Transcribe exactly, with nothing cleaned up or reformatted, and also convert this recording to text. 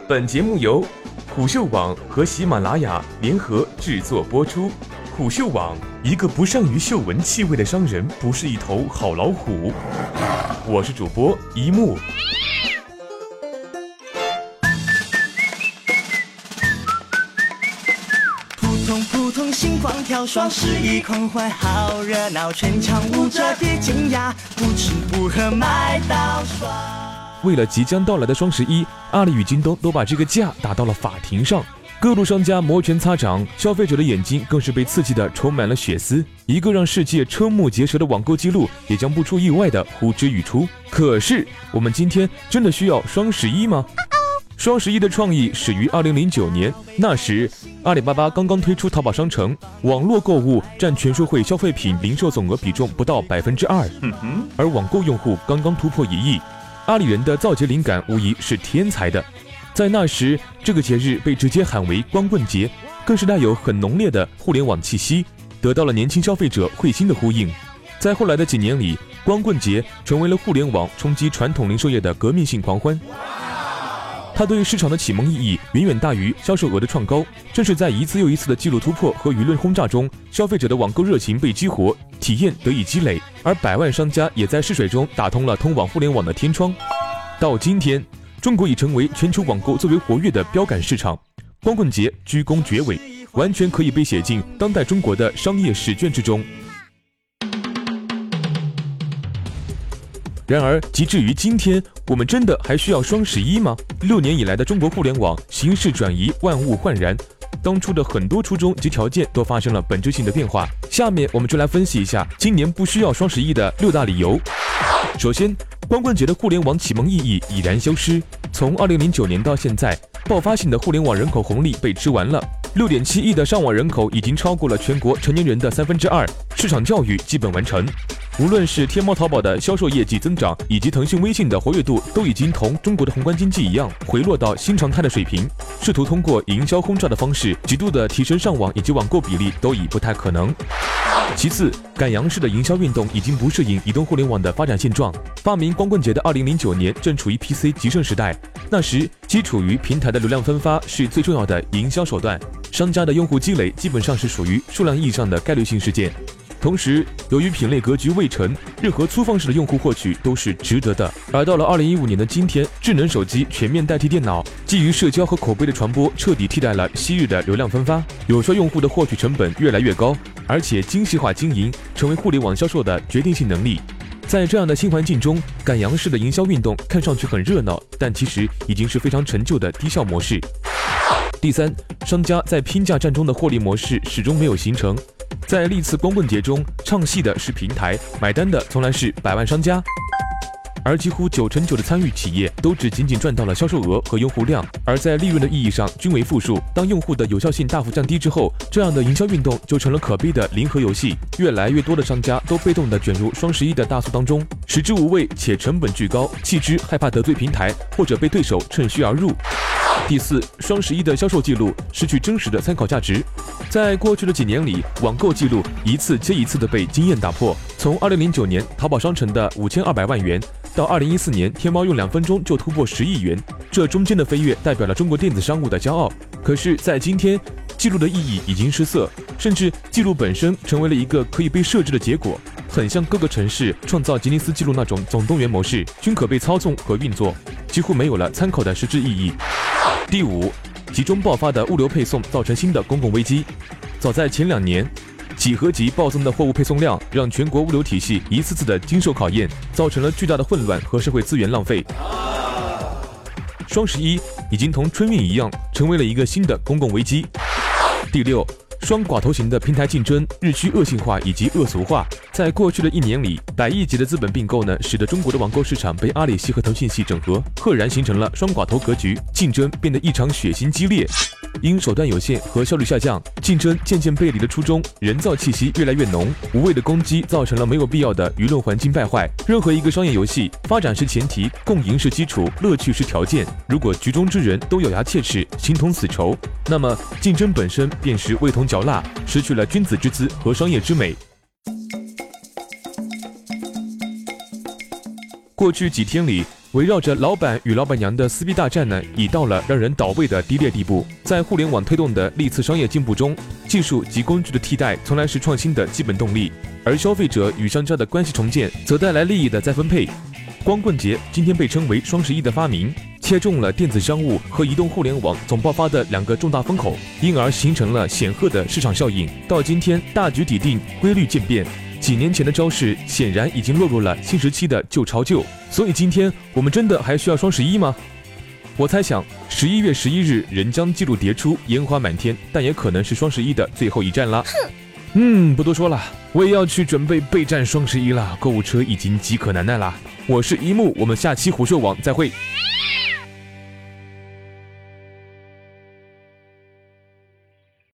本节目由虎嗅网和喜马拉雅联合制作播出。虎嗅网：一个不善于嗅闻气味的商人不是一头好老虎。我是主播一木。 扑通扑通心狂跳，双十一狂欢好热闹，全场舞着别惊讶，不吃不喝买到爽。 为了即将到来的双十一，阿里与京东都把这个价打到了法庭上，各路商家摩拳擦掌，消费者的眼睛更是被刺激的充满了血丝。一个让世界瞠目结舌的网购记录也将不出意外的呼之欲出。可是我们今天真的需要双十一吗？双十一的创意始于二零零九年，那时阿里巴巴刚刚推出淘宝商城，网络购物占全社会消费品零售总额比重不到百分之二，而网购用户刚刚突破一亿。阿里人的造节灵感无疑是天才的，在那时这个节日被直接喊为光棍节，更是带有很浓烈的互联网气息，得到了年轻消费者会心的呼应。在后来的几年里，光棍节成为了互联网冲击传统零售业的革命性狂欢。它对市场的启蒙意义远远大于销售额的创高，正是在一次又一次的纪录突破和舆论轰炸中，消费者的网购热情被激活，体验得以积累，而百万商家也在试水中打通了通往互联网的天窗。到今天，中国已成为全球网购最为活跃的标杆市场，光棍节居功厥伟，完全可以被写进当代中国的商业史卷之中。然而，及至于今天，我们真的还需要双十一吗？六年以来的中国互联网形势转移，万物焕然，当初的很多初衷及条件都发生了本质性的变化。下面我们就来分析一下今年不需要双十一的六大理由。首先，光棍节的互联网启蒙意义已然消失。从二零零九年到现在，爆发性的互联网人口红利被吃完了， 六点七亿的上网人口已经超过了全国成年人的三分之二，市场教育基本完成。无论是天猫淘宝的销售业绩增长，以及腾讯微信的活跃度，都已经同中国的宏观经济一样回落到新常态的水平。试图通过营销轰炸的方式极度的提升上网以及网购比例，都已不太可能。其次，赶羊式的营销运动已经不适应移动互联网的发展现状。发明光棍节的二零零九年正处于 P C 极盛时代，那时基础于平台的流量分发是最重要的营销手段，商家的用户积累基本上是属于数量意义上的概率性事件。同时，由于品类格局未成，任何粗放式的用户获取都是值得的。而到了二零一五年的今天，智能手机全面代替电脑，基于社交和口碑的传播彻底替代了昔日的流量分发，有效用户的获取成本越来越高，而且精细化经营成为互联网销售的决定性能力。在这样的新环境中，赶羊式的营销运动看上去很热闹，但其实已经是非常陈旧的低效模式。第三，商家在拼价战中的获利模式始终没有形成。在历次光棍节中，唱戏的是平台，买单的从来是百万商家，而几乎九成九的参与企业都只仅仅赚到了销售额和用户量，而在利润的意义上均为负数。当用户的有效性大幅降低之后，这样的营销运动就成了可悲的零和游戏。越来越多的商家都被动地卷入双十一的大促当中，食之无味且成本巨高，弃之害怕得罪平台或者被对手趁虚而入。第四，双十一的销售记录失去真实的参考价值。在过去的几年里，网购记录一次接一次的被经验打破。从二零零九年淘宝商城的五千二百万元，到二零一四年天猫用两分钟就突破十亿元，这中间的飞跃代表了中国电子商务的骄傲。可是，在今天，记录的意义已经失色，甚至记录本身成为了一个可以被设置的结果，很像各个城市创造吉尼斯纪录那种总动员模式，均可被操纵和运作，几乎没有了参考的实质意义。第五，集中爆发的物流配送造成新的公共危机。早在前两年，几何级暴增的货物配送量让全国物流体系一次次的经受考验，造成了巨大的混乱和社会资源浪费。双十一已经同春运一样，成为了一个新的公共危机。第六，双寡头型的平台竞争日趋恶性化以及恶俗化。在过去的一年里，百亿级的资本并购呢，使得中国的网购市场被阿里系和腾讯系整合，赫然形成了双寡头格局，竞争变得异常血腥激烈。因手段有限和效率下降，竞争渐渐背离了初衷，人造气息越来越浓，无谓的攻击造成了没有必要的舆论环境败坏。任何一个商业游戏，发展是前提，共赢是基础，乐趣是条件。如果局中之人都咬牙切齿，形同死仇，那么竞争本身便是味同嚼蜡，失去了君子之姿和商业之美。过去几天里， 围绕着老板与老板娘的撕逼大战呢，已到了让人倒胃的低劣地步。在互联网推动的历次商业进步中，技术及工具的替代从来是创新的基本动力，而消费者与商家的关系重建则带来利益的再分配。光棍节今天被称为双十一的发明，切中了电子商务和移动互联网总爆发的两个重大风口，因而形成了显赫的市场效应。到今天大局已定，规律渐变，几年前的招式显然已经落入了新时期的旧钞旧。所以今天我们真的还需要双十一吗？我猜想十一月十一日人将记录迭出，烟花满天，但也可能是双十一的最后一站啦。嗯，不多说了，我也要去准备备战双十一了，购物车已经饥渴难耐啦。我是一木，我们下期虎嗅网再会。